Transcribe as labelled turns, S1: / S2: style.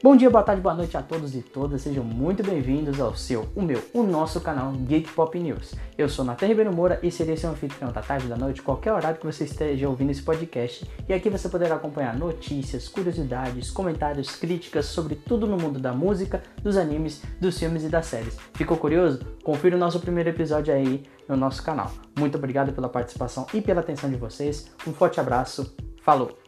S1: Bom dia, boa tarde, boa noite a todos e todas, sejam muito bem-vindos ao o nosso canal Geek Pop News. Eu sou Nathan Ribeiro Moura e serei seu anfitrião da tarde, da noite, qualquer horário que você esteja ouvindo esse podcast. E aqui você poderá acompanhar notícias, curiosidades, comentários, críticas sobre tudo no mundo da música, dos animes, dos filmes e das séries. Ficou curioso? Confira o nosso primeiro episódio aí no nosso canal. Muito obrigado pela participação e pela atenção de vocês. Um forte abraço. Falou!